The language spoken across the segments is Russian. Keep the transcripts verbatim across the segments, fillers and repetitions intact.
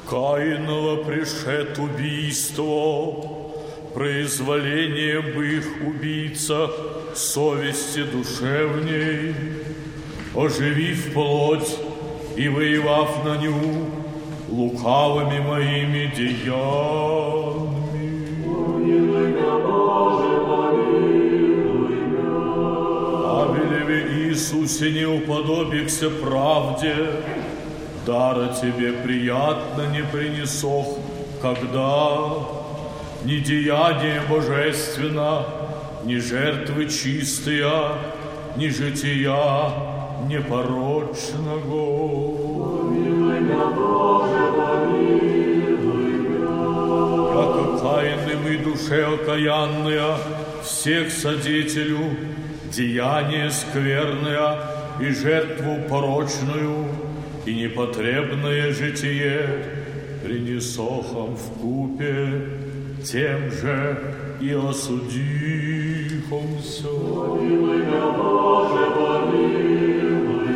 Каинова пришед убийство, произволение бы их убийца совести душевней, оживив плоть и воевав на ню лукавыми моими деяниями. Абелеве Иисусе не уподобихся правде, дара тебе приятно не принесох, когда ни деяние божественно, ни жертвы чистые, ни жития непорочного. Помилуй меня, Боже, помилуй меня. Яко каянным и душе окаянная, всех содетелю, деяние скверное и жертву порочную, и непотребное житие принесохом вкупе, тем же и осудихомся. Помилуй меня, Боже, помилуй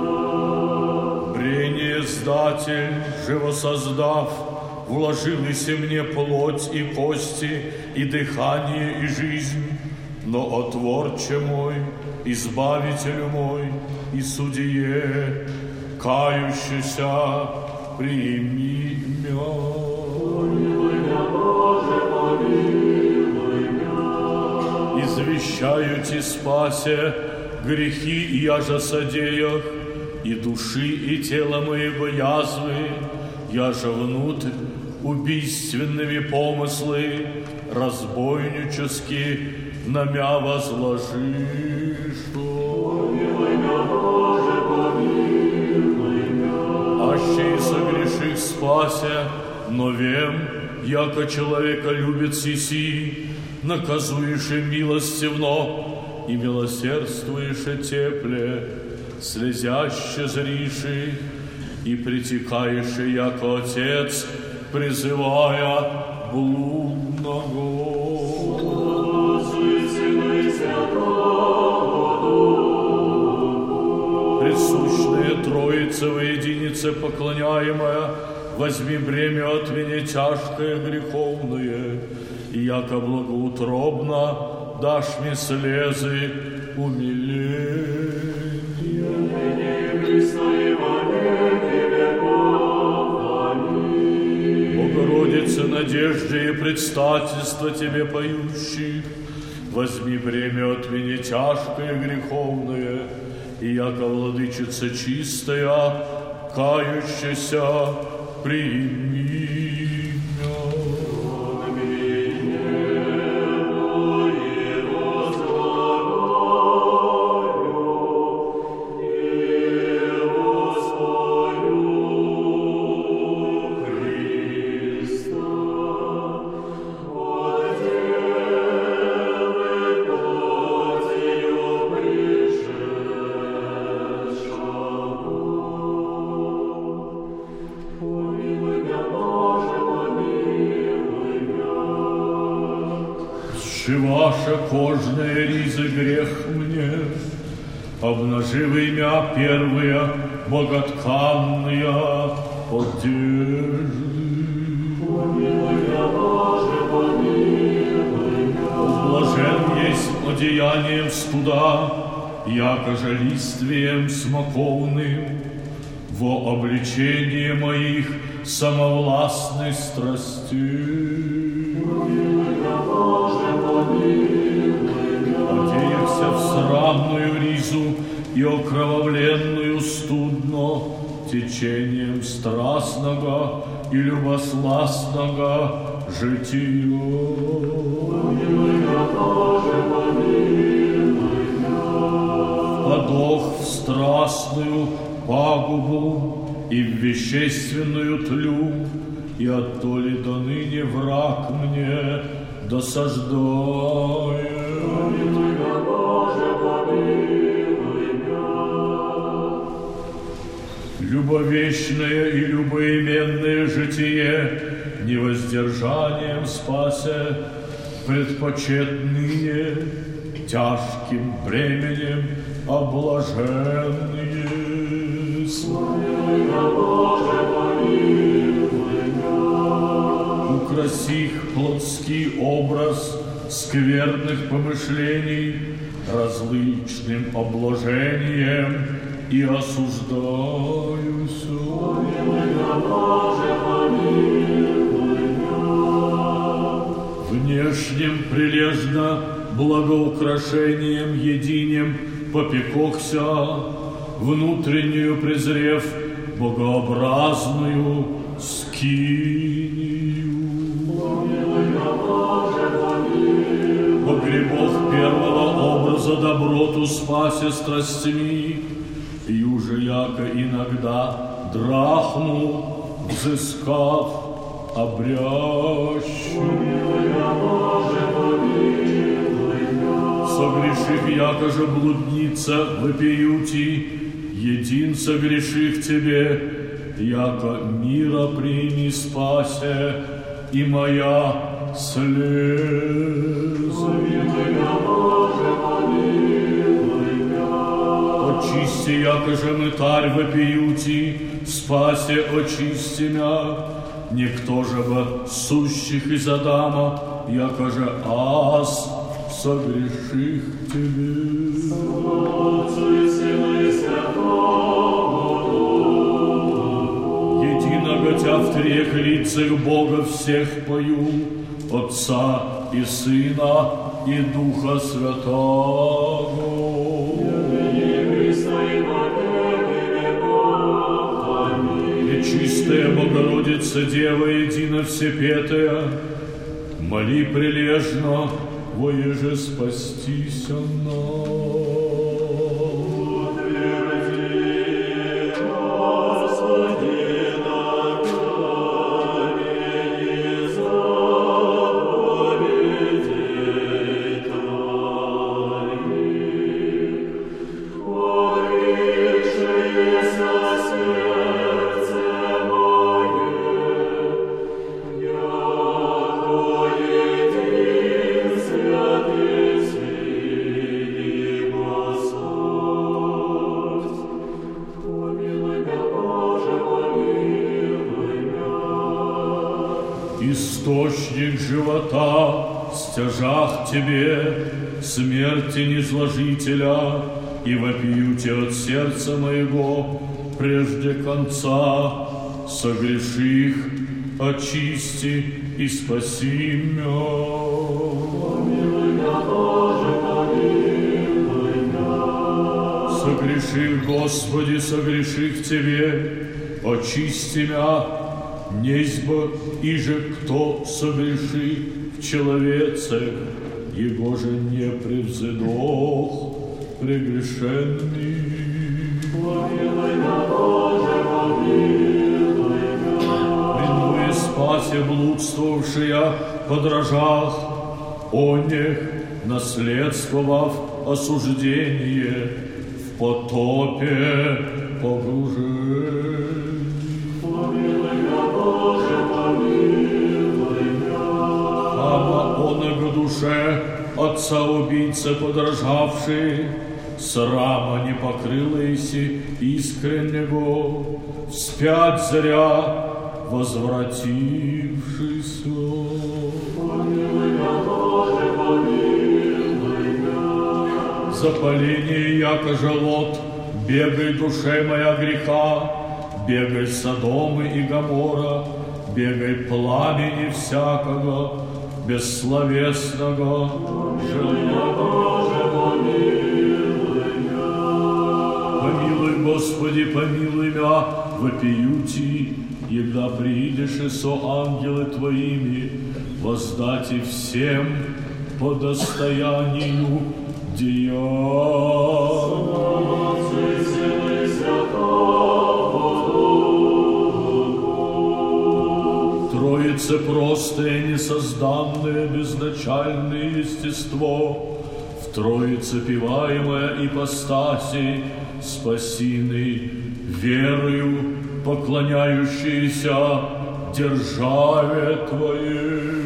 меня. Брение Издатель, живосоздав, вложилися мне плоть и кости, и дыхание, и жизнь, но Отворче мой, Избавителю мой и Судье, кающийся, прими меня. Помилуй меня, Боже, помилуй меня. Извещаю Ти спасе грехи и яжа содеях, и души, и тела моего язвы, яжа внутрь убийственными помыслы, разбойнически на мя возложишь. Помилуй меня, Боже, помилуй меня. Аще и согреших спася, но вем, яко человека любит сиси, наказуешь и милостивно, и милосердствуешь и тепле, слезяще зриши, и притекаешь, яко Отец, призывая блудного. Присущная Троица во единице поклоняемая, возьми бремя от меня тяжкое греховное, и яко благоутробно дашь мне слезы умиления. Богородице, надежде и предстательство Тебе поющих, возьми бремя от меня тяжкое греховное, и яко владычица чистая, кающаяся, прими меня. Ваша кожная риза грех мне, обнаживай мя первые боготканные одежды. Помилуй меня, Боже, помилуй меня. Блажен есть одеянием студа, яко же листвием смоковным, во обличение моих самовластной страстей. Помилуй меня, Боже, помилуй меня. Одеяся в срамную ризу и окровавленную студно течением страстного и любосластного жития. Помилуй меня, Боже, помилуй меня. Впадох в страстную пагубу и в вещественную тлю, и оттоли до ныне враг мне досаждает. Помилуй меня, Боже, помилуй меня. Любовечное и любоименное житие невоздержанием спася, предпочет ныне тяжким бременем облаженные. Помилуй меня, Боже, помилуй меня. украси их плотский образ скверных помышлений различным обложением и осуждаюся. Внешним прилежно благоукрашением единем попекохся, внутреннюю презрев богообразную скинию. Погребов первого образа доброту спасе страстями, и уже яко иногда драхму взыскав обрящу. Согрешив, яко же блудница вопиюти, един согреших тебе, яко мира прими спасе, и моя слеза. Очисти, яко же мытарь вопиюти, спасе очисти мя, никто же бы сущих из Адама, яко же аз согреших тебе. Единого тя в трех лицах Бога всех пою, Отца и Сына и Духа Святого. Пречистая Богородица, Дева едино всепетая, моли прилежно, воеже спастися нам. Источник живота, стяжах тебе, смерти незложителя, и вопиюте от сердца моего прежде конца, согреших, очисти и спаси мя. Согреших, Господи, согреших тебе, очисти мя, неизбо иже кто согреши в человеце, его же не превзидох прегрешенный. Принуя спасе блудствовавшая по дрожах, о них наследствовав осуждение, в потопе погружен. Ама оного душе отца-убийца подражавший, срама не покрылайся искреннего, вспять зря возвратившийся. Запаление яко желот, бегай, душе моя, греха, бегай Содомы и Гомора, бегай пламени всякого, бессловесного помилуй, Господи, помилуй мя, вопиюти, егда приидешь и со ангелы Твоими, воздати всем по достоянию деяний. Троице простое, несозданное, безначальное естество, в Троице пиваемая ипостаси, спасины, верою поклоняющиеся державе Твоей.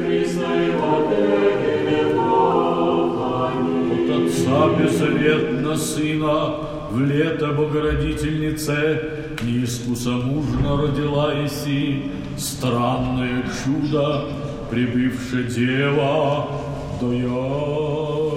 От Отца беззаветно Божьего Сына, в лето Богородительнице, неискусомужно родила еси, странное чудо, прибывшее Дева, даящий.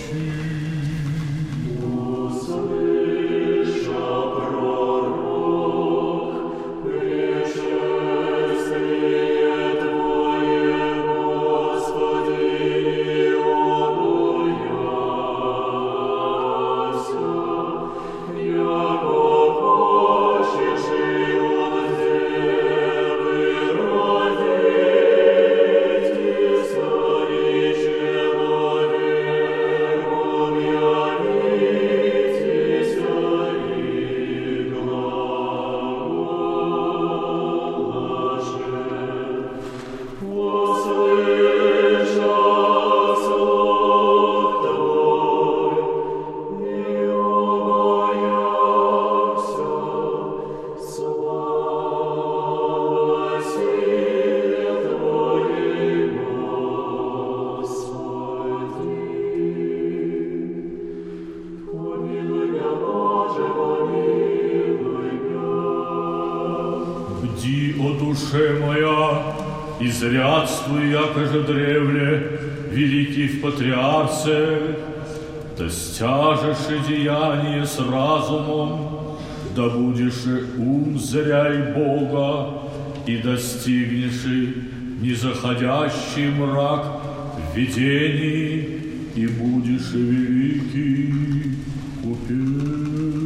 Бди, о душе моя, изрядствуй, яко же древле, великий в патриарце, да стяжешь и деяние с разумом, да будешь и ум зряй Бога, и достигнешь и незаходящий мрак в видении, и будешь и великий купец.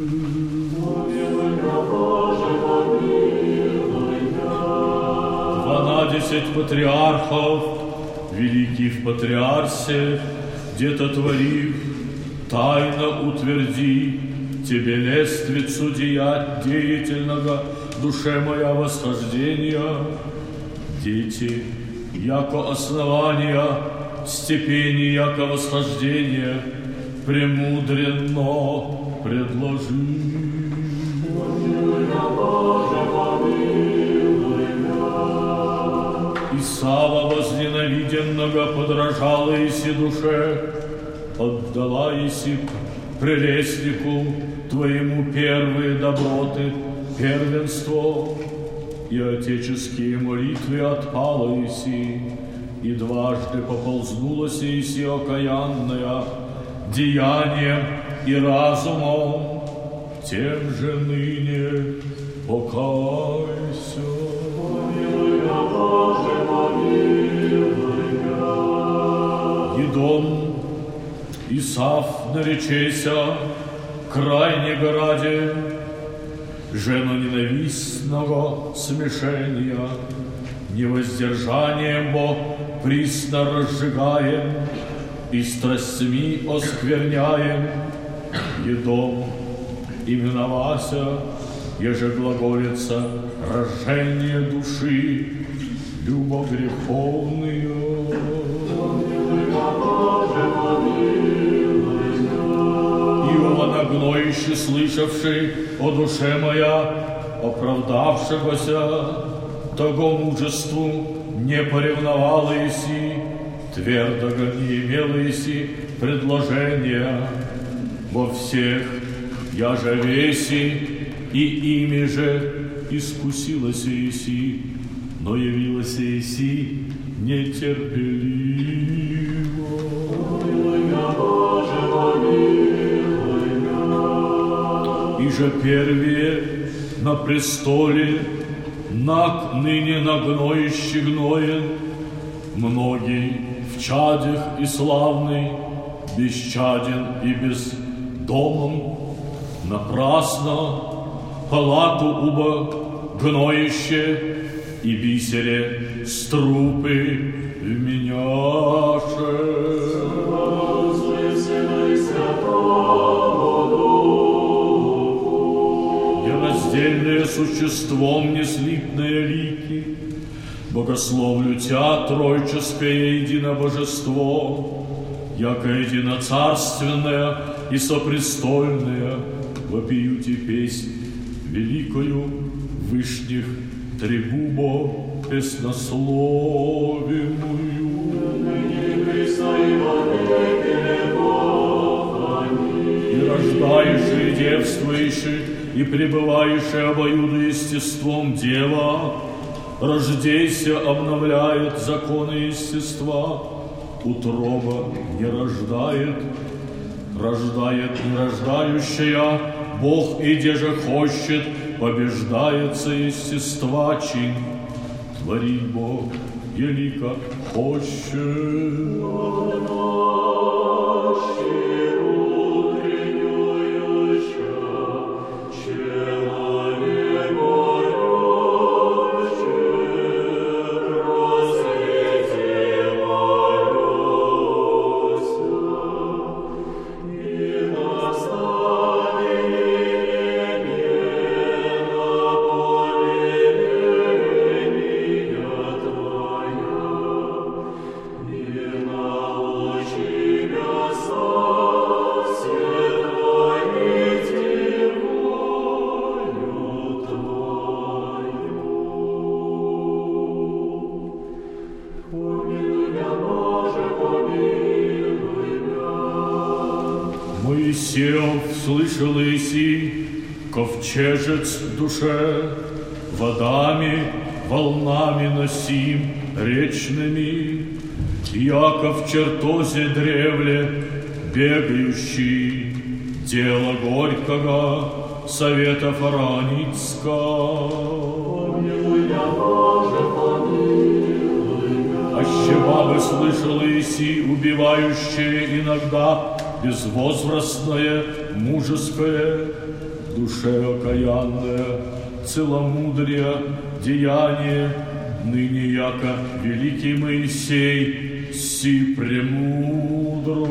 Двенадцать патриархов, великий в патриарсе, где-то творив, тайно утверди тебе лествицу деять деятельного, душе моя восхождения. Дети, яко основания, степени, яко восхождения, премудренно предложи. Исава возненавиденного подражала еси душе, отдала еси прелестнику твоему первые доброты, первенство, и отеческие молитвы отпала еси, и дважды поползнулась еси окаянная деянием и разумом, тем же ныне покайся. Едом Исав наречеся, крайне гораде, жена ненавистного смешения, невоздержанием бо присно разжигаем и страстьми оскверняем. Едом именовася, еже глаголится рождение души, любогреховные. Иова нагноище слышавший о душе моя, оправдавшегося, того мужеству не поревновала еси, твердого не имела еси предложения. Во всех я же веси, и ими же искусилась еси, но явилась еси нетерпеливо. И же первее на престоле, наг ныне нагноище гноен, многие в чадях и славный, бесчаден и бездомом, напрасно палату убо гноище и бисере струпы вменяше. Нераздельное существом неслитное лики, богословлю Тя, тройческое единобожество, яко единоцарственное и сопрестольное, вопиют и песнь великою вышних трегубо песнословимую. И рождающий, девствующий и пребывающий обоюдо естеством Дева, рождейся обновляет законы естества, утроба не рождает, рождает нерождающая, Бог, иде же хочет, побеждается естества чин. Творить Бог, елико хочет. Моисеев слышал Иси, ковчежец в душе, водами, волнами носим речными, яко в чертозе древле бегающий, дело горького совета Фараницка. Аще бабы слышал Иси, убивающие иногда безвозрастное, мужеское, в душе окаянное, целомудрие, деяние, ныне яко великий Моисей, си премудрость.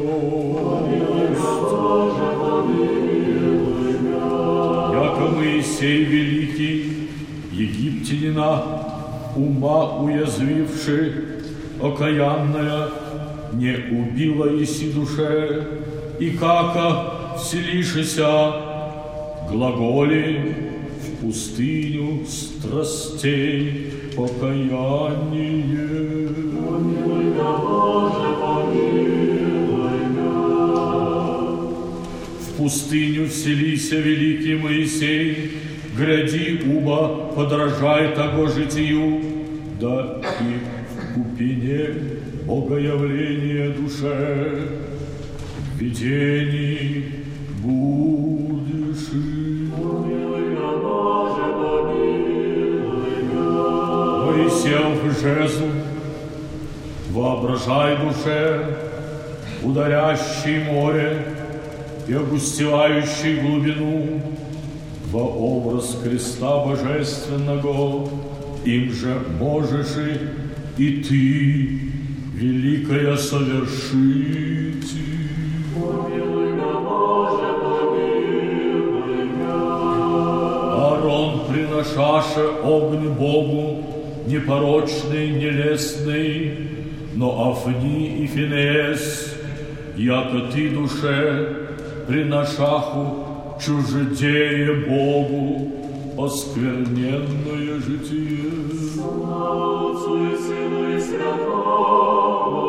Яко Моисей великий, египтянина, ума уязвивший, окаянная, не убила еси душе, и како вселишися, глаголи в пустыню страстей покаяние. Помилуй меня, Боже, помилуй меня. В пустыню вселися, великий Моисей, гряди, уба, подражай того житию, да и в купине богоявление душе, в видении будешь. Помилуй меня, Боже, помилуй меня. Моисеев жезл, воображай душе, ударящий море и огустевающий глубину, во образ креста божественного, им же можешь и, и ты, великая, совершить. Помилуй меня, Боже, помилуй меня. Аарон, приношаше огню Богу, непорочный, нелестный, но Афни и Финеес, яко ты душе, приношаху, чужедее Богу, оскверненное житие. Слава Отцу и Сыну и Святому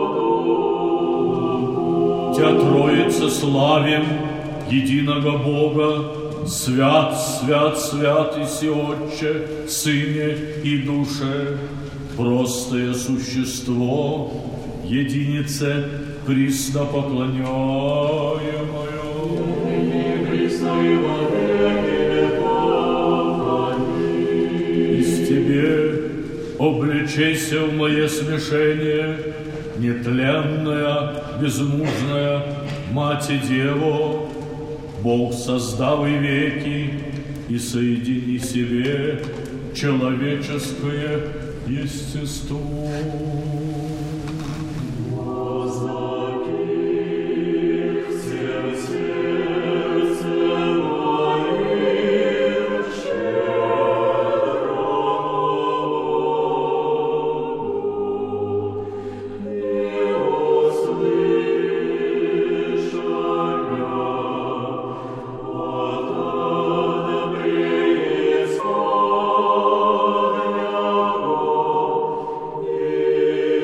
Духу. Тя Троица славим, единого Бога, свят, свят, свят, иси Отче, Сыне и Душе, простое существо, единице присно поклоняемое. Из тебе облечейся в мое смешение, нетленная, безмужная Мать и Дево, Бог создавый веки, и соедини себе человеческое естество. Yeah.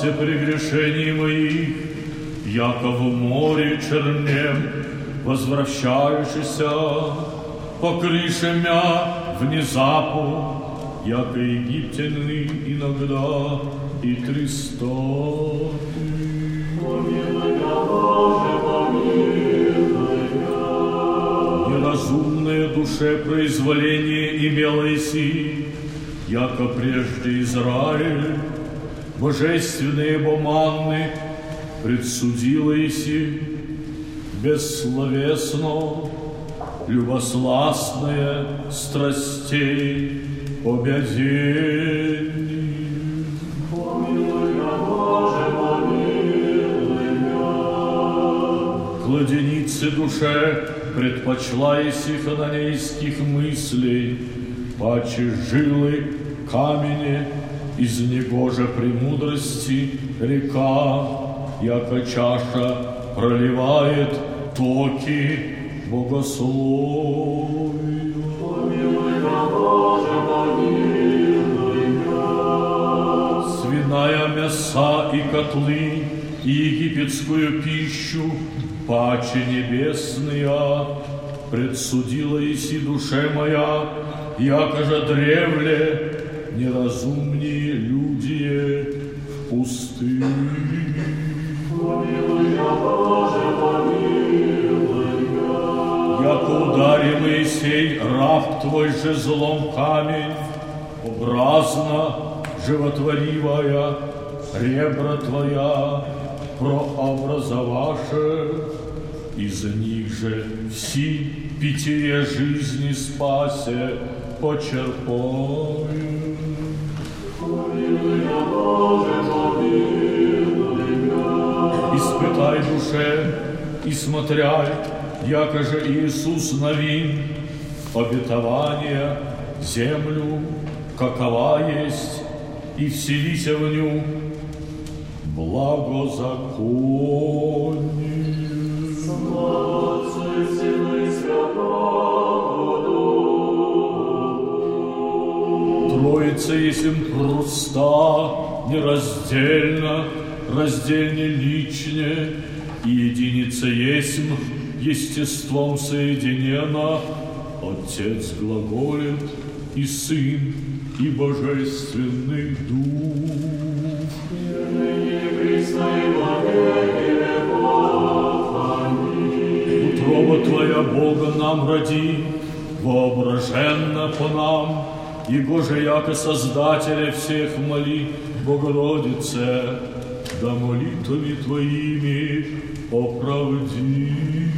все прегрешений моих, яко в море чернем возвращающийся, покрыше мя внезапу, яко египтяны иногда и тристоты. Помилуй меня, Боже, помилуй меня. Неразумное душе произволение имело иси, яко прежде Израиль, божественные боманны предсудила иси, бессловесно, любосластное страстей обязение. Помилуй меня, Боже, помилуй меня. Кладенице душе предпочла иси хананейских мыслей, паче жилы камени из него же премудрости река, яко чаша проливает токи богословию. Помилуй меня, Боже, помилуй меня. Свиная мяса и котлы, и египетскую пищу, паче небесная, предсудила иси душе моя, яко же древле неразумнее люди в пустыне. Помилуй меня, Боже, помилуй меня. Яко удари Моисей, раб твой жезлом камень, образно животворивая ребра твоя прообразоваше, из них же все питье жизни спасе почерпаю. Помилуй меня, Боже, помилуй меня. Испытай душе и смотряй, яко же Иисус новин, обетование землю, какова есть, и вселися в ню благозаконие. Слава Отцу и Сыну и Святому Духу. Троица есмь проста, нераздельно, раздельне личне, и единица есмь естеством соединена, Отец глаголит, и Сын, и Божественный Дух. Утроба Твоя, Бога, нам роди, воображенно по нам, Его же, яко Создателя всех моли, Богородице, да молитвами Твоими оправдись.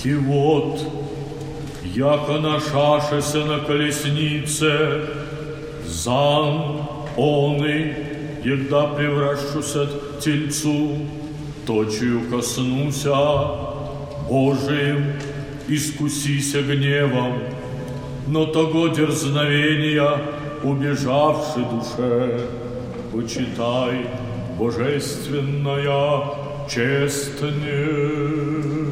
И вот, яко нашашеся на колеснице, зан оны, егда превращуся тельцу, точию коснуся Божиим, искусися гневом, но того дерзновения, убежавши душе, почитай божественная честнее.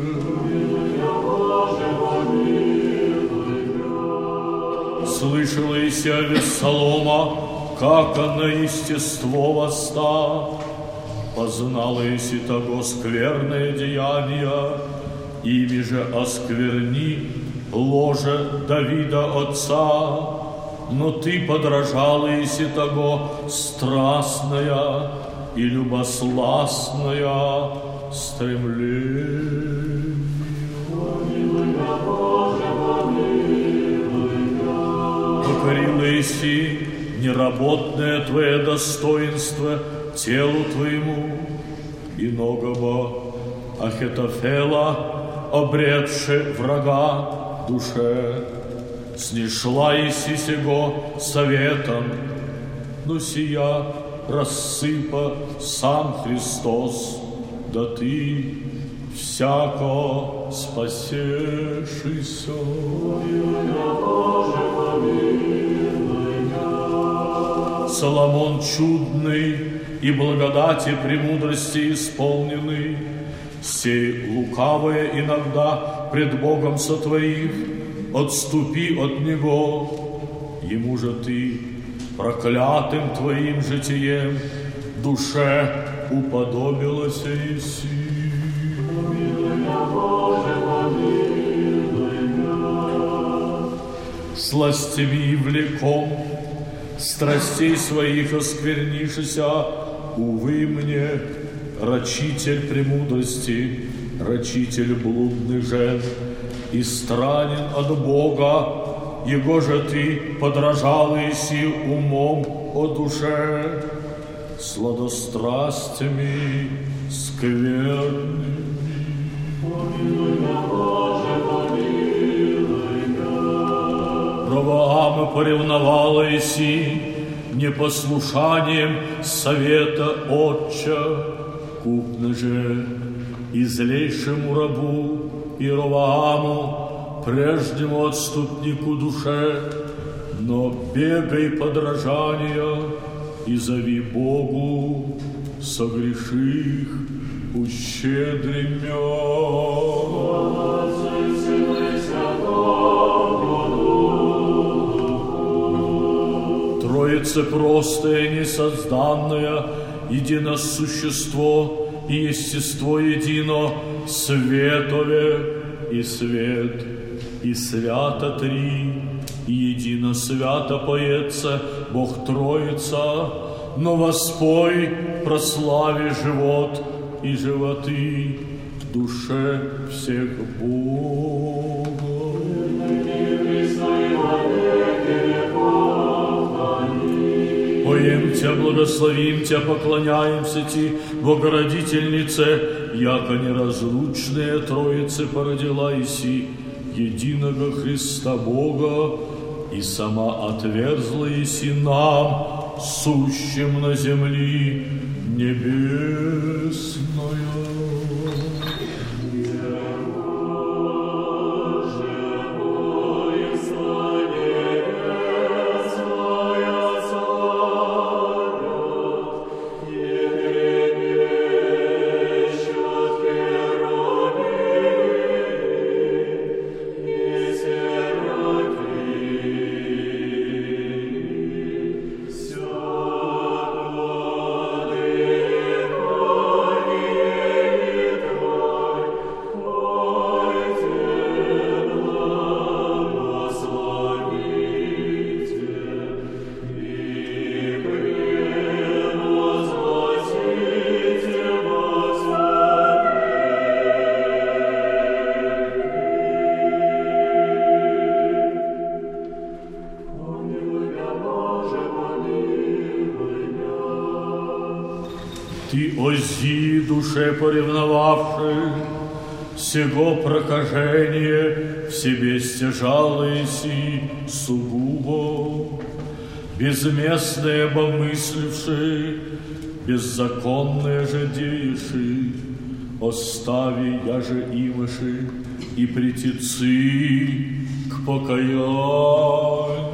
Слышала Ися Вессалома, как на естество восста, познала Иси того скверное деяние, ими же оскверни ложе Давида отца, но ты подражала Иси того страстная и любосластная стремление. Покорила Иси неработное твое достоинство телу твоему, иногого Ахитофела, обретши врага душе, снишла Иси сего советом, но сия рассыпа сам Христос, да ты всяко спасешься. Соломон чудный и благодати премудрости исполненный, сей лукавое иногда пред Богом сотворив, отступи от него, ему же ты проклятым твоим житием душе уподобилась Иси. Сластями влеком, страстей своих осквернишися, увы мне, рачитель премудрости, рачитель блудных жен, и странен от Бога, его же ты подражал Иси умом о душе, сладострастями скверными. Ровоама поревновала Иси непослушанием совета отча, купно же и злейшему рабу Иеровоаму, прежнему отступнику душе, но бегай подражания и зови Богу согреших ущедремя. Троица простая, несозданная, едино существо и естество едино, светове и свет, и свято три, и едино свято поется Бог Троица, но воспой прослави живот и животы душе всех Бога. Поем Тебя, благословим Тебя, поклоняемся Ти, Богородительнице, яко неразлучная Троицы породила Иси единого Христа Бога, и сама отверзла Иси нам, сущим на земли небесная. Ты, ози, душе поревновавши, сего прокажение в себе стяжало еси сугубо, безместные обомысливши, беззаконные же деиши, остави я же имыши и притецы к покаянию.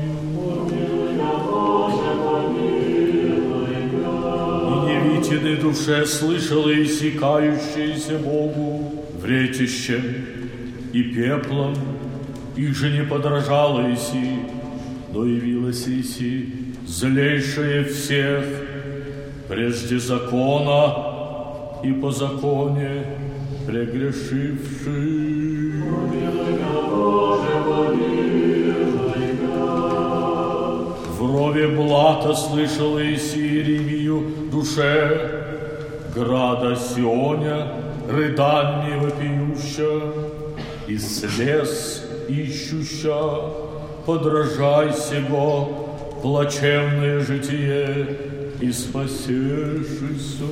В душе слышала иси кающиеся Богу вретищем и пеплом, их же не подражала иси, но явилась иси злейшее всех, прежде закона и по законе прегрешивший. В рове блата слышала иси Иеремию душе града Сионя, рыдание вопиюща, и слез ищуща, подражай сего, плачевное житие, и спасешься.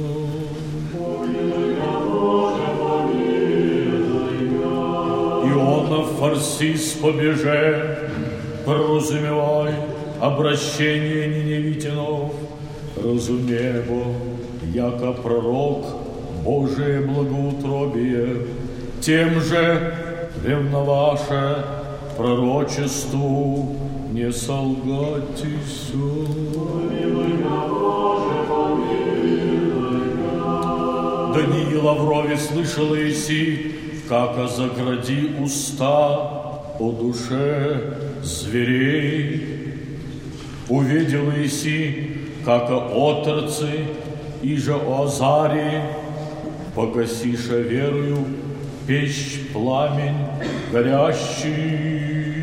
Иона Фарсис побеже, поразумевай обращение ниневитянов, разумево, яко пророк Божие благоутробие, тем же ревноваше пророчеству не солгатись. Даниил Лаврове слышала иси, как загради уста о душе зверей. Увидела иси, как отрацы, и же о заре, погасиша верою печь пламень горящий.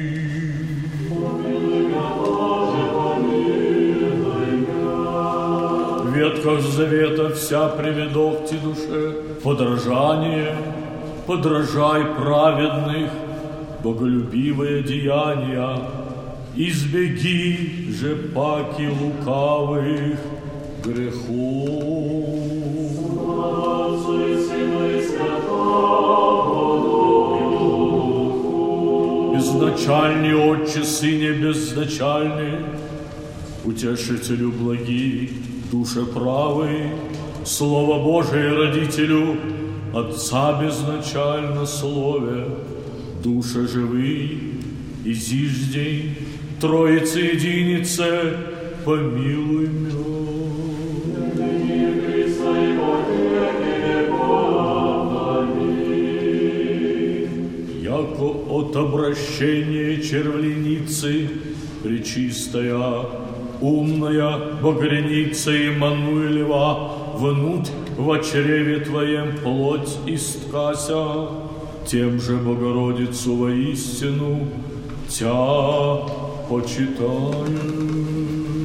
В ветках завета вся приведох ти душе подражание, подражай праведных, боголюбивые деяния, избеги же паки лукавых грехов. Безначальный Отче, Сыне безначальный, Утешителю благи, душе правый, Слово Божие Родителю, Отца безначально Слове, душе живый, и зиждей, Троице единице, помилуй меня. Яко от обращения червленицы пречистая, умная багряница Иммануилева, внуть во чреве Твоем плоть исткася, тем же Богородицу воистину Тя почитаю.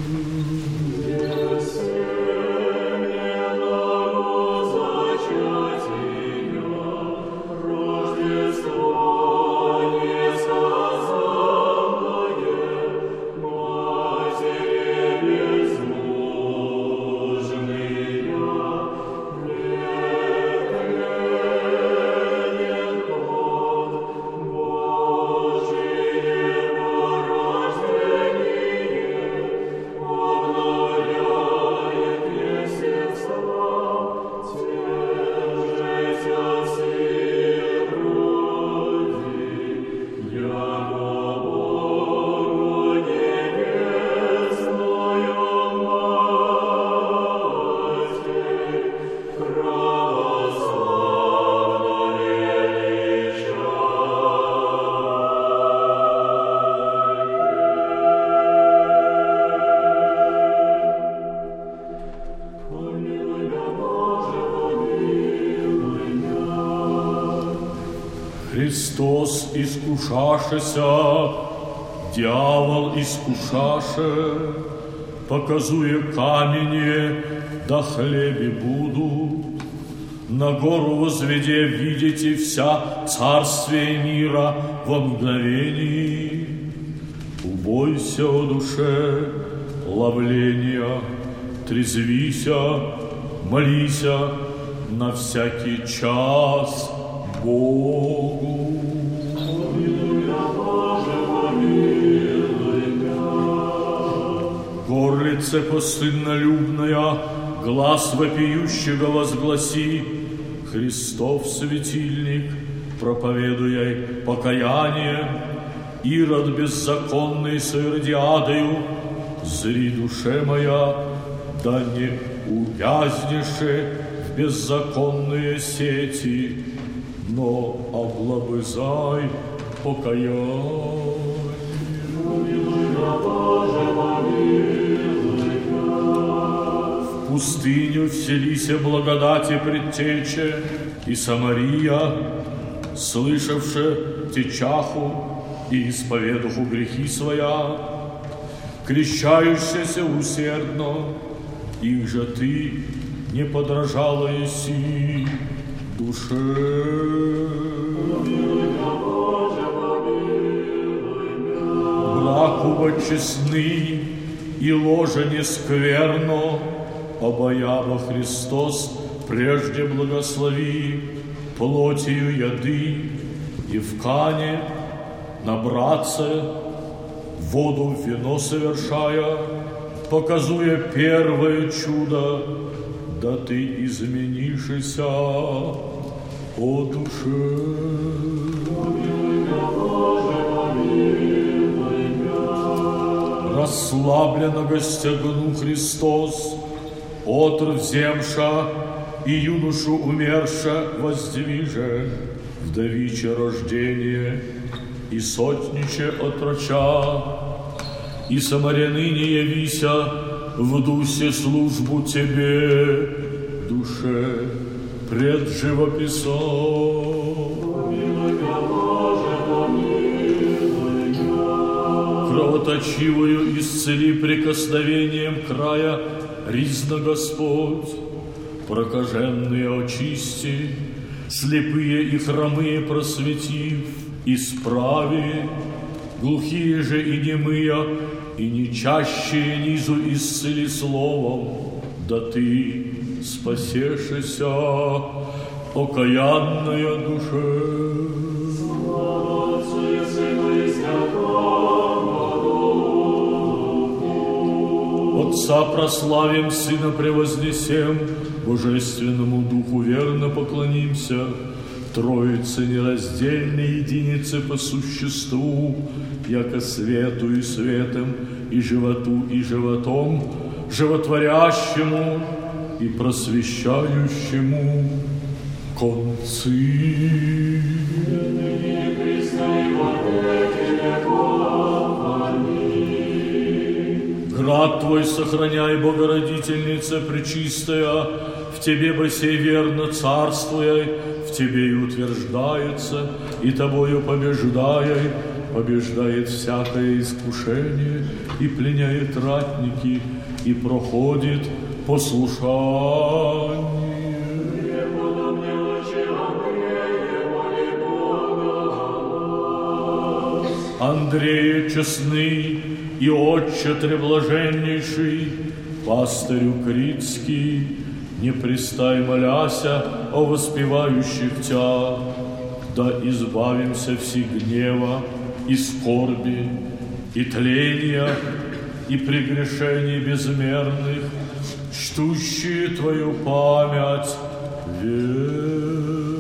Христос искушашеся, дьявол искушаше, показуя камени, да хлебе буду. На гору возведе видите вся царствие мира во мгновении. Убойся, о душе, ловления, трезвися, молися на всякий час Богу. Горлице постыднолюбная, глаз вопиющего возгласи, Христов светильник, проповедуя покаяние, Ирод беззаконный с Иродиадою, зри, душе моя, да не увязнеше в беззаконные сети, но облобызай покаяние. В пустыню вселися благодати предтече, и Самария, слышавши течаху и исповедуху грехи своя, крещающаяся усердно, их же ты не подражала еси душе. Бракува честны и ложа не скверно, обаява Христос прежде благослови, плотью яды и в кане набраться, воду в вино совершая, показуя первое чудо, да ты изменишься, о душе. Расслабленно стегну Христос, отр вземша и юношу умерша воздвиже, вдовиче рождение и сотниче отроча, и самаряныне явися в дусе службу тебе, душе пред живописом. Кровоточивую исцели прикосновением края ризна Господь, прокаженные очисти, слепые и хромые просветив, исправи, глухие же и немые, и нечащие низу исцели словом, да ты спасешься, окаянная душе. Отца прославим, Сына превознесем, Божественному Духу верно поклонимся, Троице нераздельной единице по существу, яко свету и светом, и животу и животом, животворящему и просвещающему концы. Град Твой сохраняй, Богородительница пречистая, в Тебе бы сей верно царствуя, в Тебе и утверждается, и Тобою побеждая, побеждает всякое искушение, и пленяет ратники, и проходит послушание. Андрея честный и отче треблаженнейший, пастырю Критский, не пристай моляся о воспевающих Тя, да избавимся все гнева и скорби, и тления, и прегрешений безмерных, чтущие Твою память век.